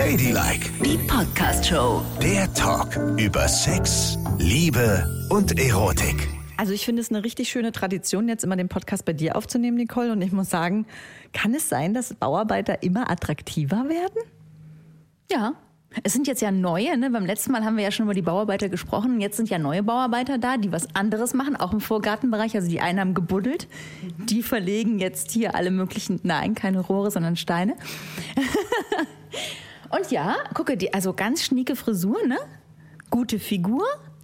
Ladylike, Die Podcast-Show. der Talk über Sex, Liebe und Erotik. Also ich finde es eine richtig schöne Tradition, jetzt immer den Podcast bei dir aufzunehmen, Nicole. Und ich muss sagen, kann es sein, dass Bauarbeiter immer attraktiver werden? Ja, es sind jetzt ja neue, ne? Beim letzten Mal haben wir ja schon über die Bauarbeiter gesprochen. Jetzt sind ja neue Bauarbeiter da, die was anderes machen, auch im Vorgartenbereich. Also die einen haben gebuddelt, die verlegen jetzt hier alle möglichen, nein, keine Rohre, sondern Steine. Und ja, gucke, also ganz schnieke Frisur, ne? Gute Figur.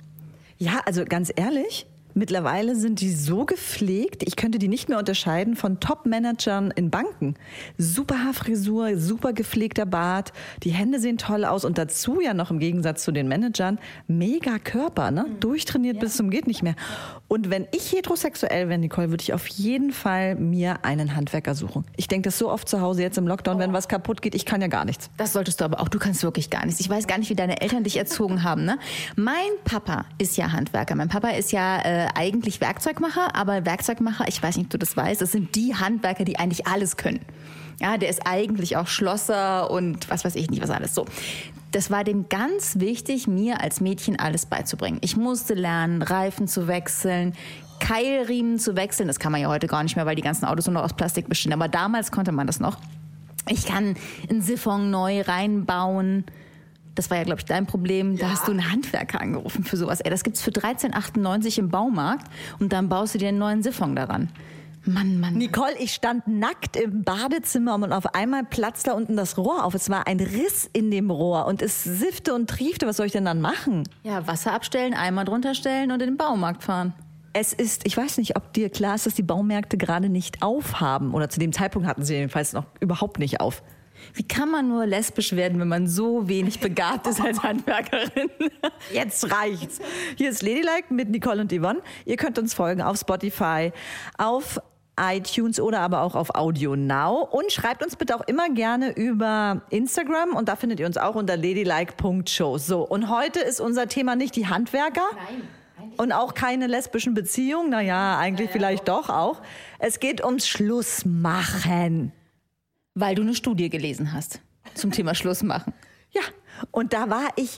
Ja, also ganz ehrlich, mittlerweile sind die so gepflegt, ich könnte die nicht mehr unterscheiden von Top-Managern in Banken. Super Haarfrisur, super gepflegter Bart, die Hände sehen toll aus und dazu ja noch im Gegensatz zu den Managern mega Körper, ne? Durchtrainiert bis zum geht nicht mehr. Und wenn ich heterosexuell wäre, Nicole, würde ich auf jeden Fall mir einen Handwerker suchen. Ich denke das so oft zu Hause jetzt im Lockdown, wenn was kaputt geht, ich kann ja gar nichts. Das solltest du aber auch, du kannst wirklich gar nichts. Ich weiß gar nicht, wie deine Eltern dich erzogen haben, ne? Mein Papa ist ja Handwerker. Mein Papa ist ja eigentlich Werkzeugmacher, aber Werkzeugmacher, ich weiß nicht, ob du das weißt, das sind die Handwerker, die eigentlich alles können. Ja, der ist eigentlich auch Schlosser und was weiß ich nicht, was alles so. Das war dem ganz wichtig, mir als Mädchen alles beizubringen. Ich musste lernen, Reifen zu wechseln, Keilriemen zu wechseln. Das kann man ja heute gar nicht mehr, weil die ganzen Autos nur noch aus Plastik bestehen. Aber damals konnte man das noch. Ich kann einen Siphon neu reinbauen. Das war ja, glaube ich, dein Problem. Da hast du einen Handwerker angerufen für sowas. Ey, das gibt's für 13,98 im Baumarkt und dann baust du dir einen neuen Siphon daran. Mann. Nicole, ich stand nackt im Badezimmer und auf einmal platzt da unten das Rohr auf. Es war ein Riss in dem Rohr und es siffte und triefte. Was soll ich denn dann machen? Ja, Wasser abstellen, Eimer drunter stellen und in den Baumarkt fahren. Es ist, ich weiß nicht, ob dir klar ist, dass die Baumärkte gerade nicht aufhaben. Oder zu dem Zeitpunkt hatten sie jedenfalls noch überhaupt nicht auf. Wie kann man nur lesbisch werden, wenn man so wenig begabt ist als Handwerkerin? Jetzt reicht's. Hier ist Ladylike mit Nicole und Yvonne. Ihr könnt uns folgen auf Spotify, auf iTunes oder aber auch auf Audio Now. Und schreibt uns bitte auch immer gerne über Instagram. Und da findet ihr uns auch unter ladylike.show. So, und heute ist unser Thema nicht die Handwerker. Nein. Und auch keine lesbischen Beziehungen. Naja, eigentlich vielleicht doch auch. Es geht ums Schlussmachen. Weil du eine Studie gelesen hast zum Thema Schluss machen. Ja, und da war ich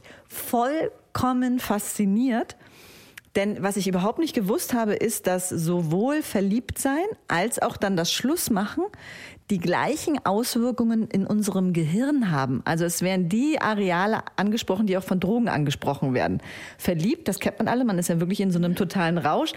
vollkommen fasziniert. Denn was ich überhaupt nicht gewusst habe, ist, dass sowohl Verliebtsein als auch dann das Schlussmachen die gleichen Auswirkungen in unserem Gehirn haben. Also es werden die Areale angesprochen, die auch von Drogen angesprochen werden. Verliebt, das kennt man alle, man ist ja wirklich in so einem totalen Rausch.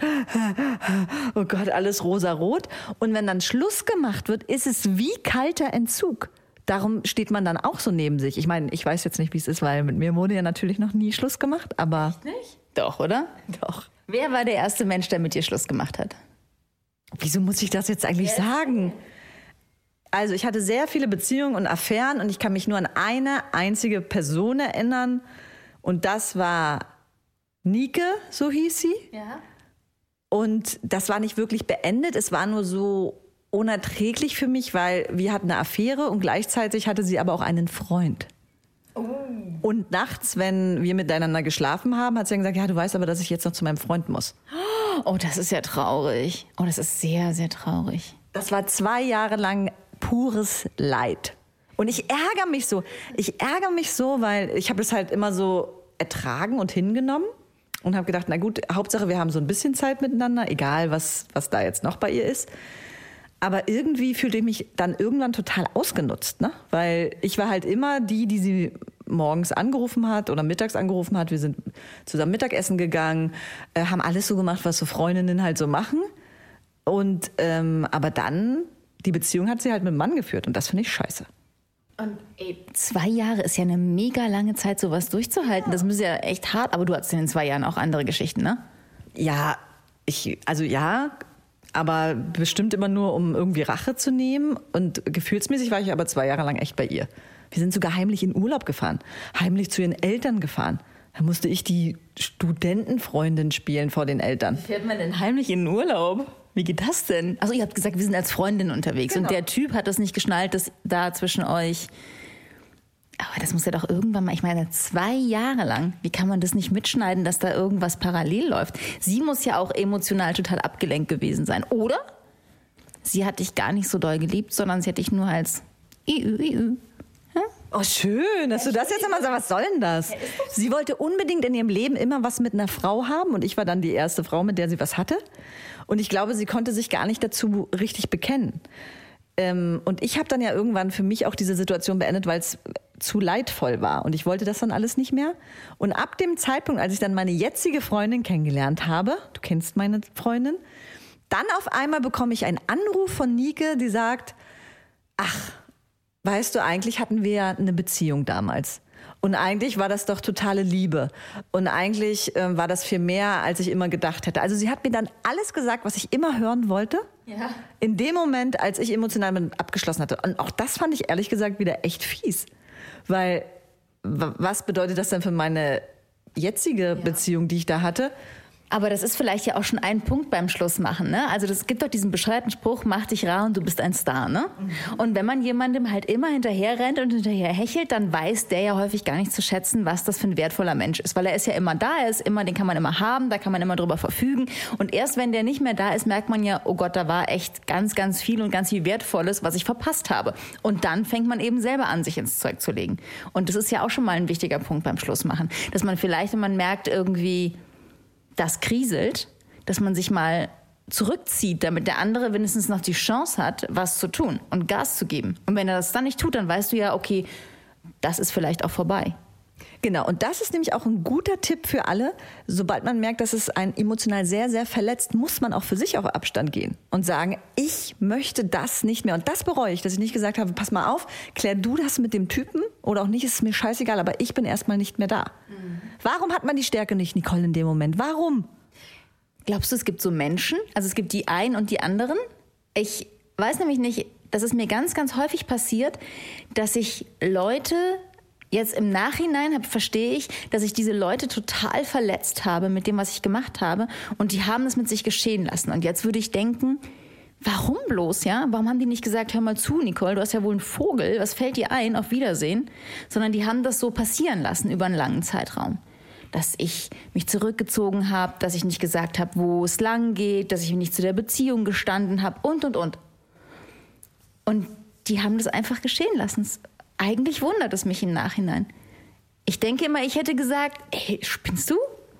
Oh Gott, alles rosarot. Und wenn dann Schluss gemacht wird, ist es wie kalter Entzug. Darum steht man dann auch so neben sich. Ich meine, ich weiß jetzt nicht, wie es ist, weil mit mir wurde ja natürlich noch nie Schluss gemacht, aber... Echt nicht? Doch, oder? Doch. Wer war der erste Mensch, der mit dir Schluss gemacht hat? Wieso muss ich das jetzt eigentlich sagen? Also ich hatte sehr viele Beziehungen und Affären und ich kann mich nur an eine einzige Person erinnern. Und das war Nike, so hieß sie. Ja. Und das war nicht wirklich beendet, es war nur so unerträglich für mich, weil wir hatten eine Affäre und gleichzeitig hatte sie aber auch einen Freund. Und nachts, wenn wir miteinander geschlafen haben, hat sie dann gesagt, ja, du weißt aber, dass ich jetzt noch zu meinem Freund muss. Oh, das ist ja traurig. Oh, das ist sehr, sehr traurig. Das war 2 Jahre lang pures Leid. Und ich ärgere mich so. Weil ich habe es halt immer so ertragen und hingenommen und habe gedacht, na gut, Hauptsache wir haben so ein bisschen Zeit miteinander, egal was da jetzt noch bei ihr ist. Aber irgendwie fühlte ich mich dann irgendwann total ausgenutzt, ne? Weil ich war halt immer die sie morgens angerufen hat oder mittags angerufen hat. Wir sind zusammen Mittagessen gegangen, haben alles so gemacht, was so Freundinnen halt so machen. Und aber dann, die Beziehung hat sie halt mit dem Mann geführt und das finde ich scheiße. Und 2 Jahre ist ja eine mega lange Zeit, sowas durchzuhalten. Das ist ja echt hart. Aber du hattest in den 2 Jahren auch andere Geschichten, ne? Ja, aber bestimmt immer nur, um irgendwie Rache zu nehmen. Und gefühlsmäßig war ich aber 2 Jahre lang echt bei ihr. Wir sind sogar heimlich in Urlaub gefahren, heimlich zu ihren Eltern gefahren. Da musste ich die Studentenfreundin spielen vor den Eltern. Wie fährt man denn heimlich in den Urlaub? Wie geht das denn? Also ihr habt gesagt, wir sind als Freundin unterwegs. Genau. Und der Typ hat das nicht geschnallt, dass da zwischen euch... Aber das muss ja doch irgendwann mal, ich meine, 2 Jahre lang, wie kann man das nicht mitschneiden, dass da irgendwas parallel läuft? Sie muss ja auch emotional total abgelenkt gewesen sein, oder? Sie hat dich gar nicht so doll geliebt, sondern sie hat dich nur als Oh, schön, dass du das jetzt immer sagst. Was soll denn das? Sie wollte unbedingt in ihrem Leben immer was mit einer Frau haben und ich war dann die erste Frau, mit der sie was hatte. Und ich glaube, sie konnte sich gar nicht dazu richtig bekennen. Und ich habe dann ja irgendwann für mich auch diese Situation beendet, weil es zu leidvoll war. Und ich wollte das dann alles nicht mehr. Und ab dem Zeitpunkt, als ich dann meine jetzige Freundin kennengelernt habe, du kennst meine Freundin, dann auf einmal bekomme ich einen Anruf von Nike, die sagt, ach, weißt du, eigentlich hatten wir ja eine Beziehung damals. Und eigentlich war das doch totale Liebe. Und eigentlich war das viel mehr, als ich immer gedacht hätte. Also sie hat mir dann alles gesagt, was ich immer hören wollte. Ja. In dem Moment, als ich emotional abgeschlossen hatte. Und auch das fand ich ehrlich gesagt wieder echt fies. Weil, was bedeutet das denn für meine jetzige Beziehung, die ich da hatte? Aber das ist vielleicht ja auch schon ein Punkt beim Schlussmachen, ne? Also es gibt doch diesen bescheuerten Spruch, mach dich rar und du bist ein Star, ne? Und wenn man jemandem halt immer hinterher rennt und hinterher hechelt, dann weiß der ja häufig gar nicht zu schätzen, was das für ein wertvoller Mensch ist. Weil er ist ja immer da, den kann man immer haben, da kann man immer drüber verfügen. Und erst wenn der nicht mehr da ist, merkt man ja, oh Gott, da war echt ganz, ganz viel und ganz viel Wertvolles, was ich verpasst habe. Und dann fängt man eben selber an, sich ins Zeug zu legen. Und das ist ja auch schon mal ein wichtiger Punkt beim Schlussmachen. Dass man vielleicht, wenn man merkt, irgendwie das kriselt, dass man sich mal zurückzieht, damit der andere wenigstens noch die Chance hat, was zu tun und Gas zu geben. Und wenn er das dann nicht tut, dann weißt du ja, okay, das ist vielleicht auch vorbei. Genau, und das ist nämlich auch ein guter Tipp für alle. Sobald man merkt, dass es einen emotional sehr, sehr verletzt, muss man auch für sich auf Abstand gehen und sagen, ich möchte das nicht mehr. Und das bereue ich, dass ich nicht gesagt habe, pass mal auf, klär du das mit dem Typen oder auch nicht, ist mir scheißegal, aber ich bin erstmal nicht mehr da. Warum hat man die Stärke nicht, Nicole, in dem Moment? Warum? Glaubst du, es gibt so Menschen? Also es gibt die einen und die anderen? Ich weiß nämlich nicht, das ist mir ganz, ganz häufig passiert, dass ich Leute, jetzt im Nachhinein verstehe ich, dass ich diese Leute total verletzt habe mit dem, was ich gemacht habe. Und die haben es mit sich geschehen lassen. Und jetzt würde ich denken, warum bloß, ja? Warum haben die nicht gesagt, hör mal zu, Nicole, du hast ja wohl einen Vogel, was fällt dir ein, auf Wiedersehen? Sondern die haben das so passieren lassen über einen langen Zeitraum. Dass ich mich zurückgezogen habe, dass ich nicht gesagt habe, wo es lang geht, dass ich nicht zu der Beziehung gestanden habe und. Und die haben das einfach geschehen lassen. Eigentlich wundert es mich im Nachhinein. Ich denke immer, ich hätte gesagt, ey, spinnst du?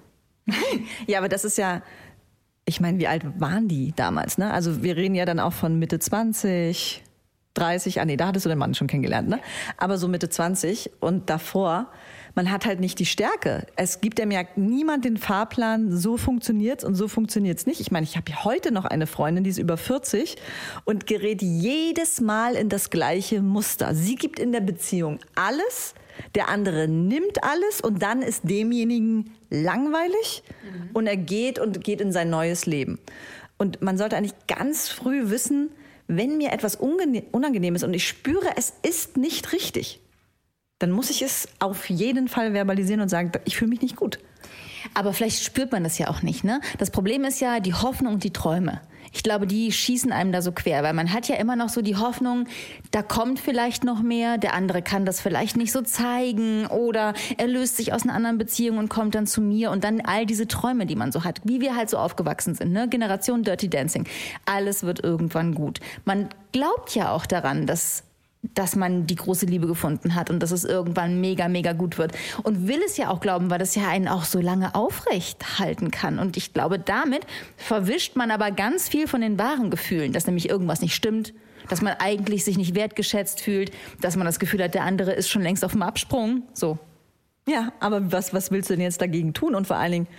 Ja, aber das ist ja, ich meine, wie alt waren die damals, ne? Also wir reden ja dann auch von Mitte 20, 30, da hattest du den Mann schon kennengelernt, ne? Aber so Mitte 20 und davor, man hat halt nicht die Stärke. Es gibt dem ja niemand den Fahrplan, so funktioniert's und so funktioniert's nicht. Ich meine, ich habe heute noch eine Freundin, die ist über 40 und gerät jedes Mal in das gleiche Muster. Sie gibt in der Beziehung alles, der andere nimmt alles und dann ist demjenigen langweilig und er geht in sein neues Leben. Und man sollte eigentlich ganz früh wissen, wenn mir etwas unangenehm ist und ich spüre, es ist nicht richtig, dann muss ich es auf jeden Fall verbalisieren und sagen, ich fühle mich nicht gut. Aber vielleicht spürt man das ja auch nicht, ne? Das Problem ist ja die Hoffnung und die Träume. Ich glaube, die schießen einem da so quer, weil man hat ja immer noch so die Hoffnung, da kommt vielleicht noch mehr, der andere kann das vielleicht nicht so zeigen oder er löst sich aus einer anderen Beziehung und kommt dann zu mir und dann all diese Träume, die man so hat, wie wir halt so aufgewachsen sind, ne? Generation Dirty Dancing. Alles wird irgendwann gut. Man glaubt ja auch daran, dass man die große Liebe gefunden hat und dass es irgendwann mega, mega gut wird. Und will es ja auch glauben, weil das ja einen auch so lange aufrecht halten kann. Und ich glaube, damit verwischt man aber ganz viel von den wahren Gefühlen, dass nämlich irgendwas nicht stimmt, dass man eigentlich sich nicht wertgeschätzt fühlt, dass man das Gefühl hat, der andere ist schon längst auf dem Absprung. So. Ja, aber was willst du denn jetzt dagegen tun? Und vor allen Dingen,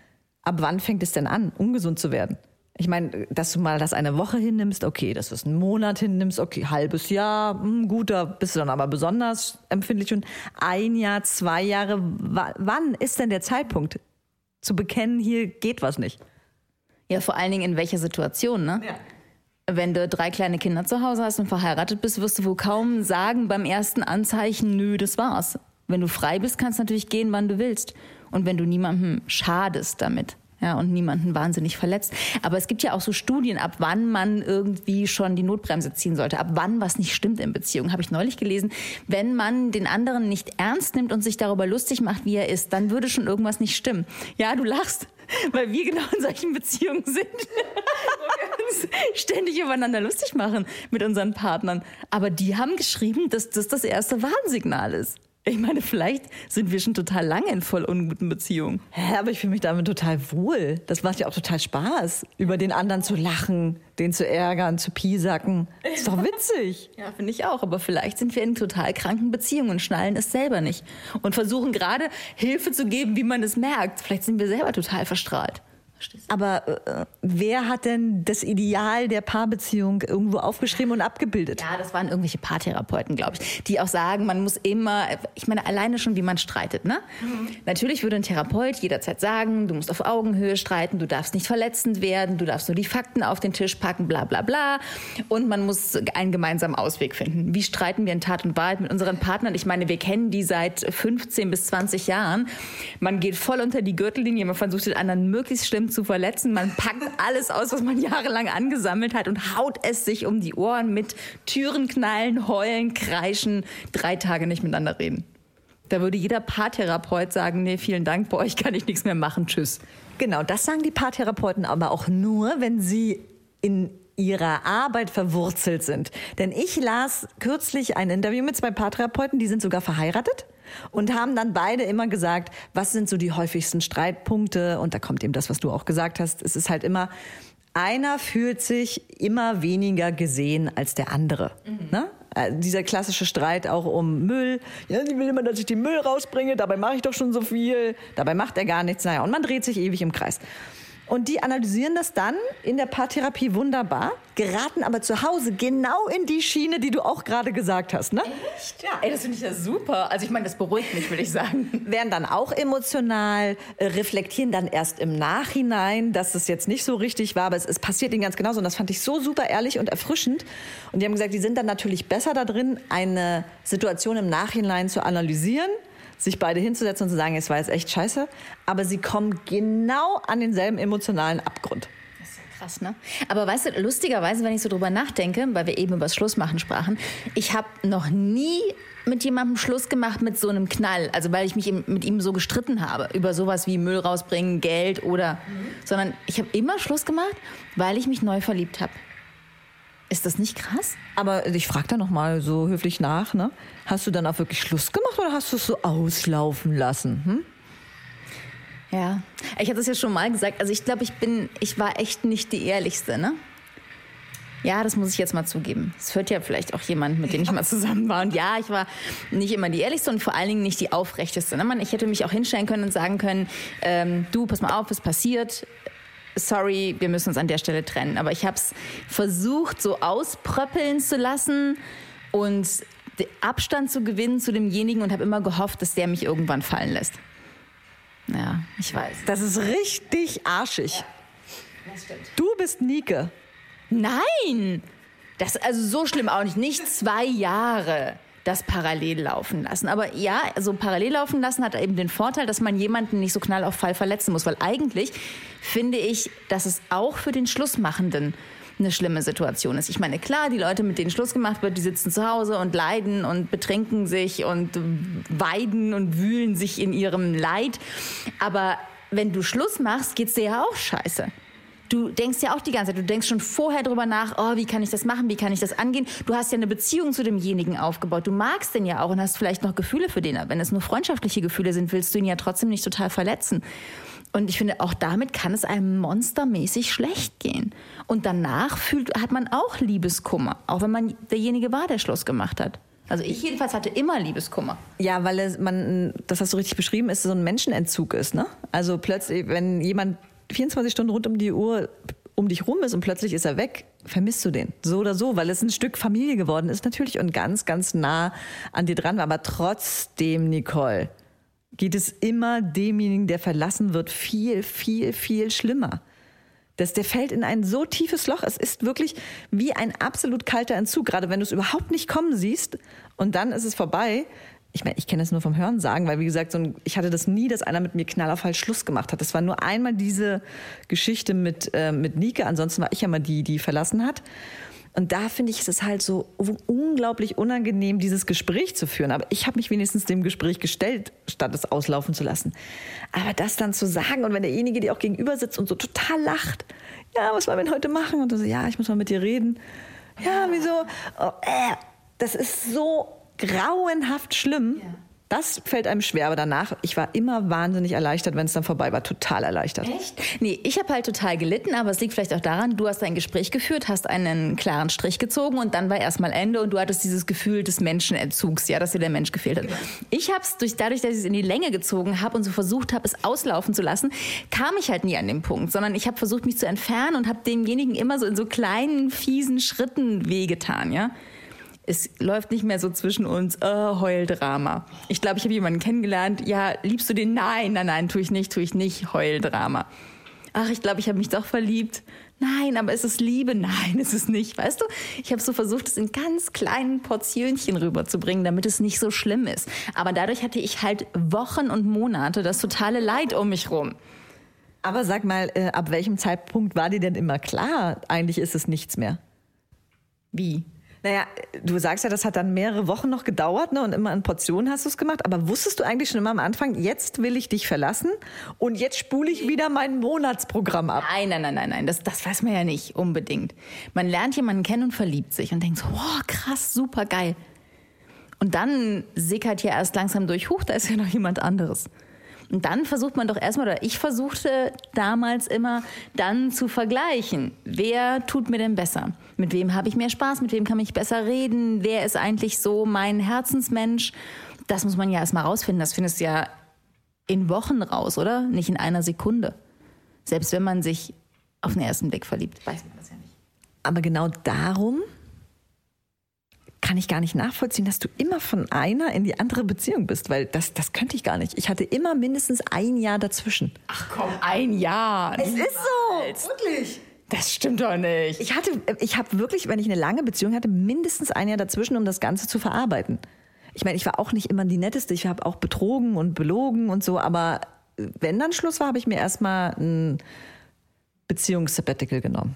ab wann fängt es denn an, ungesund zu werden? Ich meine, dass du mal das eine Woche hinnimmst, okay, dass du es einen Monat hinnimmst, okay, halbes Jahr, gut, da bist du dann aber besonders empfindlich. Und 1 Jahr, 2 Jahre, wann ist denn der Zeitpunkt zu bekennen, hier geht was nicht? Ja, vor allen Dingen in welcher Situation, ne? Ja. Wenn du 3 kleine Kinder zu Hause hast und verheiratet bist, wirst du wohl kaum sagen beim ersten Anzeichen, nö, das war's. Wenn du frei bist, kannst du natürlich gehen, wann du willst. Und wenn du niemandem schadest damit. Ja, und niemanden wahnsinnig verletzt. Aber es gibt ja auch so Studien, ab wann man irgendwie schon die Notbremse ziehen sollte, ab wann was nicht stimmt in Beziehungen. Habe ich neulich gelesen. Wenn man den anderen nicht ernst nimmt und sich darüber lustig macht, wie er ist, dann würde schon irgendwas nicht stimmen. Ja, du lachst, weil wir genau in solchen Beziehungen sind. uns ständig übereinander lustig machen mit unseren Partnern. Aber die haben geschrieben, dass das erste Warnsignal ist. Ich meine, vielleicht sind wir schon total lange in voll unguten Beziehungen. Hä, aber ich fühle mich damit total wohl. Das macht ja auch total Spaß, über den anderen zu lachen, den zu ärgern, zu piesacken. Ist doch witzig. Ja, finde ich auch. Aber vielleicht sind wir in total kranken Beziehungen und schnallen es selber nicht. Und versuchen gerade Hilfe zu geben, wie man es merkt. Vielleicht sind wir selber total verstrahlt. Aber wer hat denn das Ideal der Paarbeziehung irgendwo aufgeschrieben und abgebildet? Ja, das waren irgendwelche Paartherapeuten, glaube ich, die auch sagen, man muss immer, ich meine, alleine schon, wie man streitet, ne? Natürlich würde ein Therapeut jederzeit sagen, du musst auf Augenhöhe streiten, du darfst nicht verletzend werden, du darfst nur die Fakten auf den Tisch packen, bla bla bla. Und man muss einen gemeinsamen Ausweg finden. Wie streiten wir in Tat und Wahrheit mit unseren Partnern? Ich meine, wir kennen die seit 15 bis 20 Jahren. Man geht voll unter die Gürtellinie, man versucht den anderen möglichst schlimm zu verletzen. Man packt alles aus, was man jahrelang angesammelt hat und haut es sich um die Ohren mit Türen knallen, heulen, kreischen, 3 Tage nicht miteinander reden. Da würde jeder Paartherapeut sagen, nee, vielen Dank, bei euch kann ich nichts mehr machen, tschüss. Genau, das sagen die Paartherapeuten aber auch nur, wenn sie in ihrer Arbeit verwurzelt sind. Denn ich las kürzlich ein Interview mit 2 Paartherapeuten, die sind sogar verheiratet und haben dann beide immer gesagt, was sind so die häufigsten Streitpunkte? Und da kommt eben das, was du auch gesagt hast. Es ist halt immer, einer fühlt sich immer weniger gesehen als der andere. Ne? Dieser klassische Streit auch um Müll. Ja, sie will immer, dass ich den Müll rausbringe, dabei mache ich doch schon so viel. Dabei macht er gar nichts. Naja, und man dreht sich ewig im Kreis. Und die analysieren das dann in der Paartherapie wunderbar, geraten aber zu Hause genau in die Schiene, die du auch gerade gesagt hast. Ne? Echt? Ja. Ey, das finde ich ja super. Also ich meine, das beruhigt mich, würde ich sagen. Werden dann auch emotional, reflektieren dann erst im Nachhinein, dass es jetzt nicht so richtig war, aber es passiert ihnen ganz genauso. Und das fand ich so super ehrlich und erfrischend. Und die haben gesagt, die sind dann natürlich besser da drin, eine Situation im Nachhinein zu analysieren, sich beide hinzusetzen und zu sagen, es war jetzt echt scheiße, aber sie kommen genau an denselben emotionalen Abgrund. Das ist ja krass, ne? Aber weißt du, lustigerweise, wenn ich so drüber nachdenke, weil wir eben über das Schlussmachen sprachen, ich habe noch nie mit jemandem Schluss gemacht mit so einem Knall, also weil ich mich mit ihm so gestritten habe, über sowas wie Müll rausbringen, Geld oder, sondern ich habe immer Schluss gemacht, weil ich mich neu verliebt habe. Ist das nicht krass? Aber ich frage da noch mal so höflich nach, ne? Hast du dann auch wirklich Schluss gemacht oder hast du es so auslaufen lassen? Ja, ich hatte es ja schon mal gesagt. Also ich glaube, ich war echt nicht die Ehrlichste, ne? Ja, das muss ich jetzt mal zugeben. Es hört ja vielleicht auch jemand, mit dem ich mal zusammen war. Und ja, ich war nicht immer die Ehrlichste und vor allen Dingen nicht die Aufrechteste. Ne? Ich hätte mich auch hinstellen können und sagen können, du, pass mal auf, was passiert. Sorry, wir müssen uns an der Stelle trennen. Aber ich habe es versucht, so auspröppeln zu lassen und den Abstand zu gewinnen zu demjenigen und habe immer gehofft, dass der mich irgendwann fallen lässt. Ja, ich weiß. Das ist richtig arschig. Ja, das stimmt. Du bist Nike. Nein! Das also so schlimm auch nicht. Nicht 2 Jahre das parallel laufen lassen. Aber ja, so parallel laufen lassen hat eben den Vorteil, dass man jemanden nicht so knall auf Fall verletzen muss. Weil eigentlich finde ich, dass es auch für den Schlussmachenden eine schlimme Situation ist. Ich meine, klar, die Leute, mit denen Schluss gemacht wird, die sitzen zu Hause und leiden und betrinken sich und weiden und wühlen sich in ihrem Leid. Aber wenn du Schluss machst, geht's dir ja auch scheiße. Du denkst ja auch die ganze Zeit, du denkst schon vorher drüber nach, oh, wie kann ich das machen, wie kann ich das angehen? Du hast ja eine Beziehung zu demjenigen aufgebaut. Du magst den ja auch und hast vielleicht noch Gefühle für den. Wenn es nur freundschaftliche Gefühle sind, willst du ihn ja trotzdem nicht total verletzen. Und ich finde, auch damit kann es einem monstermäßig schlecht gehen. Und danach hat man auch Liebeskummer, auch wenn man derjenige war, der Schluss gemacht hat. Also ich jedenfalls hatte immer Liebeskummer. Ja, weil das hast du richtig beschrieben, ist so ein Menschenentzug ist, ne? Also plötzlich, wenn jemand 24 Stunden rund um die Uhr um dich rum ist und plötzlich ist er weg, vermisst du den. So oder so, weil es ein Stück Familie geworden ist natürlich und ganz, ganz nah an dir dran war. Aber trotzdem, Nicole, geht es immer demjenigen, der verlassen wird, viel, viel, viel schlimmer. Der fällt in ein so tiefes Loch. Es ist wirklich wie ein absolut kalter Entzug, gerade wenn du es überhaupt nicht kommen siehst und dann ist es vorbei. Ich meine, ich kenne das nur vom Hörensagen, weil wie gesagt, ich hatte das nie, dass einer mit mir knall auf Hals Schluss gemacht hat. Das war nur einmal diese Geschichte mit Nike. Ansonsten war ich ja mal die verlassen hat. Und da finde ich, ist es halt so unglaublich unangenehm, dieses Gespräch zu führen. Aber ich habe mich wenigstens dem Gespräch gestellt, statt es auslaufen zu lassen. Aber das dann zu sagen und wenn derjenige dir auch gegenüber sitzt und so total lacht, ja, was wollen wir denn heute machen? Und du so, ja, ich muss mal mit dir reden. Ja, wieso? Oh, das ist so grauenhaft schlimm. Ja. Das fällt einem schwer, aber danach, ich war immer wahnsinnig erleichtert, wenn es dann vorbei war. Total erleichtert. Echt? Nee, ich habe halt total gelitten, aber es liegt vielleicht auch daran, du hast ein Gespräch geführt, hast einen klaren Strich gezogen und dann war erstmal Ende und du hattest dieses Gefühl des Menschenentzugs, ja, dass dir der Mensch gefehlt hat. Genau. Ich habe es dadurch, dass ich es in die Länge gezogen habe und so versucht habe, es auslaufen zu lassen, kam ich halt nie an den Punkt, sondern ich habe versucht, mich zu entfernen und habe demjenigen immer so in so kleinen, fiesen Schritten wehgetan, ja. Es läuft nicht mehr so zwischen uns, Heuldrama. Ich glaube, ich habe jemanden kennengelernt, ja, liebst du den? Nein, tue ich nicht, Heuldrama. Ach, ich glaube, ich habe mich doch verliebt. Nein, aber ist es Liebe? Nein, ist es nicht. Weißt du, ich habe so versucht, es in ganz kleinen Portionchen rüberzubringen, damit es nicht so schlimm ist. Aber dadurch hatte ich halt Wochen und Monate das totale Leid um mich rum. Aber sag mal, ab welchem Zeitpunkt war dir denn immer klar, eigentlich ist es nichts mehr? Wie? Naja, du sagst ja, das hat dann mehrere Wochen noch gedauert, ne? Und immer in Portionen hast du es gemacht. Aber wusstest du eigentlich schon immer am Anfang, jetzt will ich dich verlassen und jetzt spule ich wieder mein Monatsprogramm ab? Nein. Das weiß man ja nicht unbedingt. Man lernt jemanden kennen und verliebt sich und denkt so, wow, krass, super geil. Und dann sickert ja erst langsam durch, da ist ja noch jemand anderes. Und dann versucht man doch erstmal, oder ich versuchte damals immer, dann zu vergleichen. Wer tut mir denn besser? Mit wem habe ich mehr Spaß? Mit wem kann ich besser reden? Wer ist eigentlich so mein Herzensmensch? Das muss man ja erstmal rausfinden. Das findest du ja in Wochen raus, oder? Nicht in einer Sekunde. Selbst wenn man sich auf den ersten Blick verliebt, weiß man das ja nicht. Aber genau darum kann ich gar nicht nachvollziehen, dass du immer von einer in die andere Beziehung bist, weil das könnte ich gar nicht. Ich hatte immer mindestens ein Jahr dazwischen. Ach komm, ein Jahr. Es ist so, wirklich. Das stimmt doch nicht. Ich habe wirklich, wenn ich eine lange Beziehung hatte, mindestens ein Jahr dazwischen, um das Ganze zu verarbeiten. Ich meine, ich war auch nicht immer die Netteste. Ich habe auch betrogen und belogen und so, aber wenn dann Schluss war, habe ich mir erstmal ein Beziehungs-Sabbatical genommen.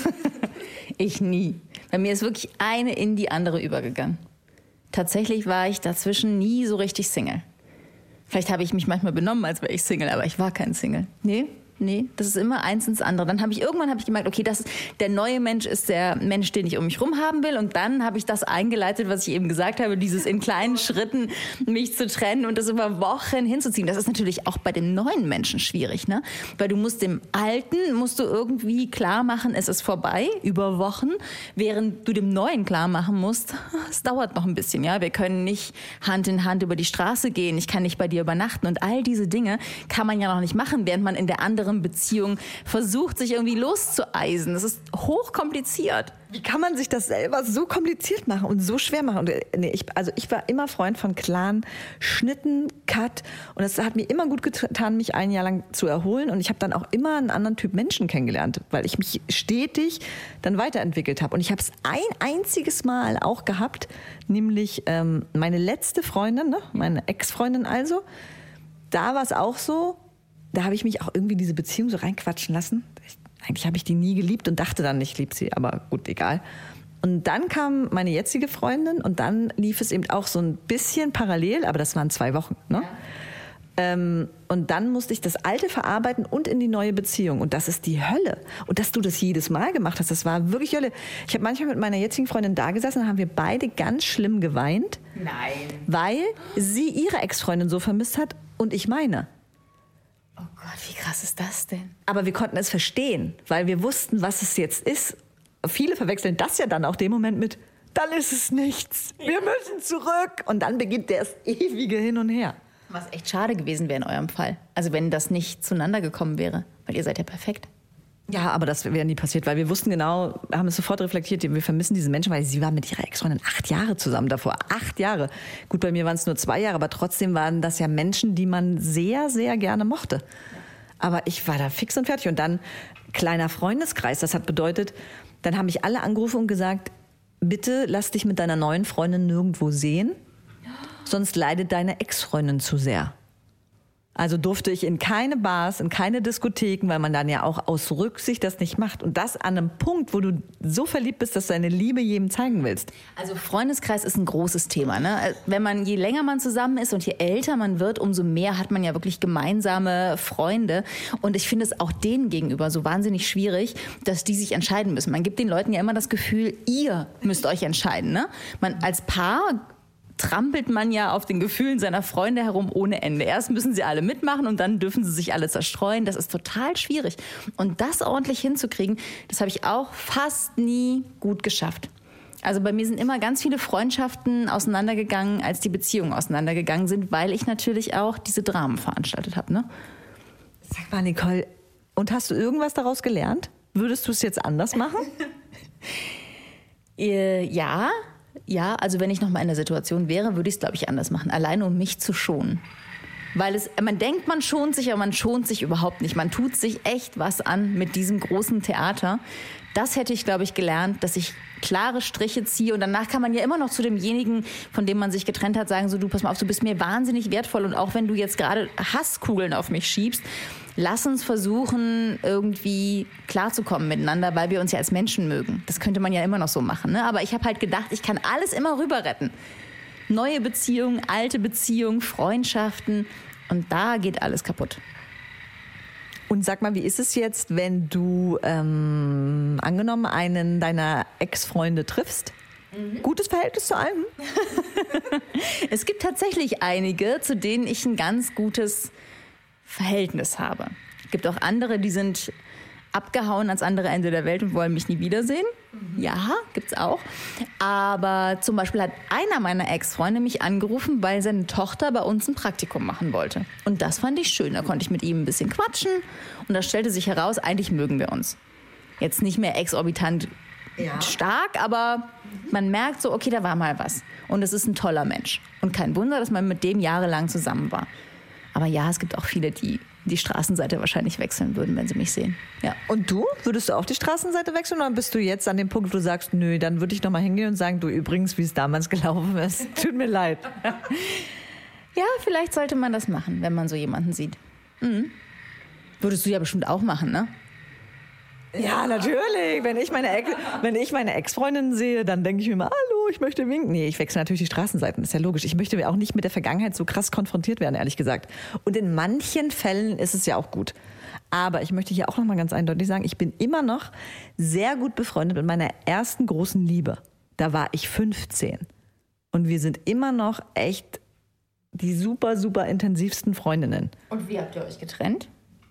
Ich nie. Bei mir ist wirklich eine in die andere übergegangen. Tatsächlich war ich dazwischen nie so richtig Single. Vielleicht habe ich mich manchmal benommen, als wäre ich Single, aber ich war kein Single. Nee, das ist immer eins ins andere. Dann habe ich gemerkt, okay, der neue Mensch ist der Mensch, den ich um mich rum haben will. Und dann habe ich das eingeleitet, was ich eben gesagt habe, dieses in kleinen Schritten mich zu trennen und das über Wochen hinzuziehen. Das ist natürlich auch bei dem neuen Menschen schwierig, ne? Weil du dem Alten irgendwie klar machen, es ist vorbei, über Wochen, während du dem Neuen klar machen musst, es dauert noch ein bisschen, ja? Wir können nicht Hand in Hand über die Straße gehen, ich kann nicht bei dir übernachten und all diese Dinge kann man ja noch nicht machen, während man in der anderen Beziehung versucht, sich irgendwie loszueisen. Das ist hochkompliziert. Wie kann man sich das selber so kompliziert machen und so schwer machen? Und, ich war immer Freund von klaren Schnitten, Cut. Und es hat mir immer gut getan, mich ein Jahr lang zu erholen. Und ich habe dann auch immer einen anderen Typ Menschen kennengelernt, weil ich mich stetig dann weiterentwickelt habe. Und ich habe es ein einziges Mal auch gehabt, nämlich meine letzte Freundin, ne? Meine Ex-Freundin also. Da war es auch so, da habe ich mich auch irgendwie in diese Beziehung so reinquatschen lassen. Eigentlich habe ich die nie geliebt und dachte dann, ich liebe sie, aber gut, egal. Und dann kam meine jetzige Freundin und dann lief es eben auch so ein bisschen parallel, aber das waren 2 Wochen. Ne? Ja. Und dann musste ich das Alte verarbeiten und in die neue Beziehung. Und das ist die Hölle. Und dass du das jedes Mal gemacht hast, das war wirklich Hölle. Ich habe manchmal mit meiner jetzigen Freundin da gesessen und haben wir beide ganz schlimm geweint. Nein. Weil sie ihre Ex-Freundin so vermisst hat und ich meine. Oh Gott, wie krass ist das denn? Aber wir konnten es verstehen, weil wir wussten, was es jetzt ist. Viele verwechseln das ja dann auch den Moment mit, dann ist es nichts, wir müssen zurück. Und dann beginnt das ewige Hin und Her. Was echt schade gewesen wäre in eurem Fall. Also wenn das nicht zueinander gekommen wäre, weil ihr seid ja perfekt. Ja, aber das wäre nie passiert, weil wir wussten genau, haben es sofort reflektiert, wir vermissen diesen Menschen, weil sie war mit ihrer Ex-Freundin 8 Jahre zusammen davor. 8 Jahre. Gut, bei mir waren es nur 2 Jahre, aber trotzdem waren das ja Menschen, die man sehr, sehr gerne mochte. Ja. Aber ich war da fix und fertig. Und dann kleiner Freundeskreis, das hat bedeutet, dann haben mich alle angerufen und gesagt, bitte lass dich mit deiner neuen Freundin nirgendwo sehen, sonst leidet deine Ex-Freundin zu sehr. Also durfte ich in keine Bars, in keine Diskotheken, weil man dann ja auch aus Rücksicht das nicht macht. Und das an einem Punkt, wo du so verliebt bist, dass du deine Liebe jedem zeigen willst. Also Freundeskreis ist ein großes Thema. Ne? Je länger man zusammen ist und je älter man wird, umso mehr hat man ja wirklich gemeinsame Freunde. Und ich finde es auch denen gegenüber so wahnsinnig schwierig, dass die sich entscheiden müssen. Man gibt den Leuten ja immer das Gefühl, ihr müsst euch entscheiden. Ne? Man als Paar trampelt man ja auf den Gefühlen seiner Freunde herum ohne Ende. Erst müssen sie alle mitmachen und dann dürfen sie sich alle zerstreuen. Das ist total schwierig. Und das ordentlich hinzukriegen, das habe ich auch fast nie gut geschafft. Also bei mir sind immer ganz viele Freundschaften auseinandergegangen, als die Beziehungen auseinandergegangen sind, weil ich natürlich auch diese Dramen veranstaltet habe. Ne? Sag mal, Nicole, und hast du irgendwas daraus gelernt? Würdest du es jetzt anders machen? Ja, also wenn ich noch mal in der Situation wäre, würde ich es, glaube ich, anders machen. Alleine, um mich zu schonen. Weil man denkt, man schont sich, aber man schont sich überhaupt nicht. Man tut sich echt was an mit diesem großen Theater. Das hätte ich, glaube ich, gelernt, dass ich klare Striche ziehe. Und danach kann man ja immer noch zu demjenigen, von dem man sich getrennt hat, sagen, so, du, pass mal auf, du bist mir wahnsinnig wertvoll. Und auch wenn du jetzt gerade Hasskugeln auf mich schiebst, lass uns versuchen, irgendwie klarzukommen miteinander, weil wir uns ja als Menschen mögen. Das könnte man ja immer noch so machen. Ne? Aber ich habe halt gedacht, ich kann alles immer rüber retten. Neue Beziehungen, alte Beziehungen, Freundschaften. Und da geht alles kaputt. Und sag mal, wie ist es jetzt, wenn du angenommen einen deiner Ex-Freunde triffst? Gutes Verhältnis zu einem? Es gibt tatsächlich einige, zu denen ich ein ganz gutes Verhältnis habe. Es gibt auch andere, die sind abgehauen ans andere Ende der Welt und wollen mich nie wiedersehen. Ja, gibt's auch. Aber zum Beispiel hat einer meiner Ex-Freunde mich angerufen, weil seine Tochter bei uns ein Praktikum machen wollte. Und das fand ich schön. Da konnte ich mit ihm ein bisschen quatschen. Und da stellte sich heraus, eigentlich mögen wir uns. Jetzt nicht mehr exorbitant stark, aber man merkt so, okay, da war mal was. Und es ist ein toller Mensch. Und kein Wunder, dass man mit dem jahrelang zusammen war. Aber ja, es gibt auch viele, die die Straßenseite wahrscheinlich wechseln würden, wenn sie mich sehen. Ja. Und du? Würdest du auch die Straßenseite wechseln oder bist du jetzt an dem Punkt, wo du sagst, nö, dann würde ich noch mal hingehen und sagen, du übrigens, wie es damals gelaufen ist, tut mir leid. Ja, vielleicht sollte man das machen, wenn man so jemanden sieht. Mhm. Würdest du ja bestimmt auch machen, ne? Ja, natürlich. Wenn ich meine Ex-Freundin sehe, dann denke ich mir immer, hallo, ich möchte winken. Nee, ich wechsle natürlich die Straßenseiten, das ist ja logisch. Ich möchte auch nicht mit der Vergangenheit so krass konfrontiert werden, ehrlich gesagt. Und in manchen Fällen ist es ja auch gut. Aber ich möchte hier auch noch mal ganz eindeutig sagen, ich bin immer noch sehr gut befreundet mit meiner ersten großen Liebe. Da war ich 15. Und wir sind immer noch echt die super, super intensivsten Freundinnen. Und wie habt ihr euch getrennt?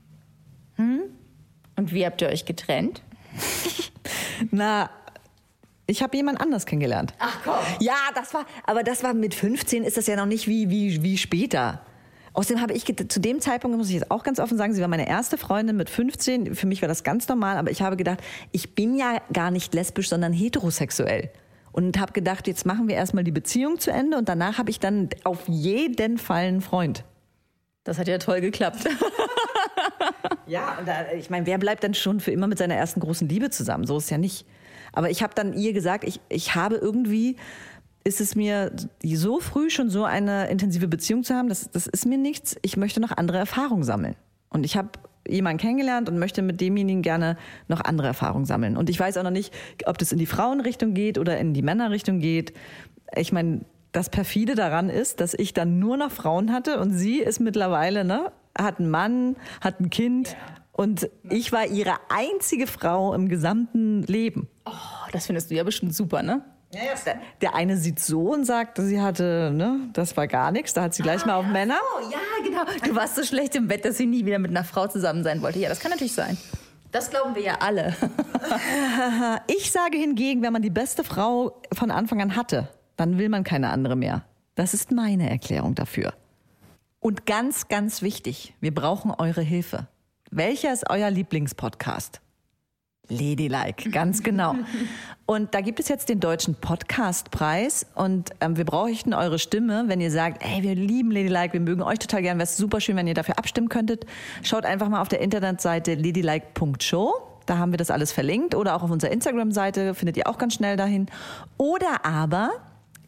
Und wie habt ihr euch getrennt? Na, ich habe jemand anders kennengelernt. Ach komm. Ja, das war mit 15 ist das ja noch nicht wie später. Außerdem habe ich zu dem Zeitpunkt, muss ich jetzt auch ganz offen sagen, sie war meine erste Freundin mit 15. Für mich war das ganz normal, aber ich habe gedacht, ich bin ja gar nicht lesbisch, sondern heterosexuell. Und habe gedacht, jetzt machen wir erstmal die Beziehung zu Ende und danach habe ich dann auf jeden Fall einen Freund. Das hat ja toll geklappt. Ja, und ich meine, wer bleibt dann schon für immer mit seiner ersten großen Liebe zusammen? So ist es ja nicht. Aber ich habe dann ihr gesagt, ich habe irgendwie, ist es mir so früh schon so eine intensive Beziehung zu haben, das ist mir nichts. Ich möchte noch andere Erfahrungen sammeln. Und ich habe jemanden kennengelernt und möchte mit demjenigen gerne noch andere Erfahrungen sammeln. Und ich weiß auch noch nicht, ob das in die Frauenrichtung geht oder in die Männerrichtung geht. Ich meine, das Perfide daran ist, dass ich dann nur noch Frauen hatte und sie ist mittlerweile, hat einen Mann, hat ein Kind und ich war ihre einzige Frau im gesamten Leben. Oh, das findest du ja bestimmt super, ne? Ja. Der eine sieht so und sagt, sie hatte, das war gar nichts, da hat sie gleich mal auf Männer. Oh, ja, genau. Du warst so schlecht im Bett, dass sie nie wieder mit einer Frau zusammen sein wollte. Ja, das kann natürlich sein. Das glauben wir ja alle. Ich sage hingegen, wenn man die beste Frau von Anfang an hatte, dann will man keine andere mehr. Das ist meine Erklärung dafür. Und ganz, ganz wichtig, wir brauchen eure Hilfe. Welcher ist euer Lieblingspodcast? Ladylike, ganz genau. Und da gibt es jetzt den Deutschen Podcastpreis und wir bräuchten eure Stimme, wenn ihr sagt, ey, wir lieben Ladylike, wir mögen euch total gern, wäre es super schön, wenn ihr dafür abstimmen könntet. Schaut einfach mal auf der Internetseite ladylike.show, da haben wir das alles verlinkt oder auch auf unserer Instagram-Seite findet ihr auch ganz schnell dahin. Oder aber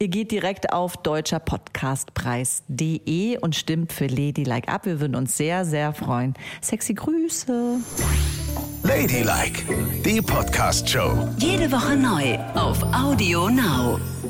Ihr geht direkt auf deutscherpodcastpreis.de und stimmt für Ladylike ab. Wir würden uns sehr, sehr freuen. Sexy Grüße. Ladylike, die Podcast-Show. Jede Woche neu auf Audio Now.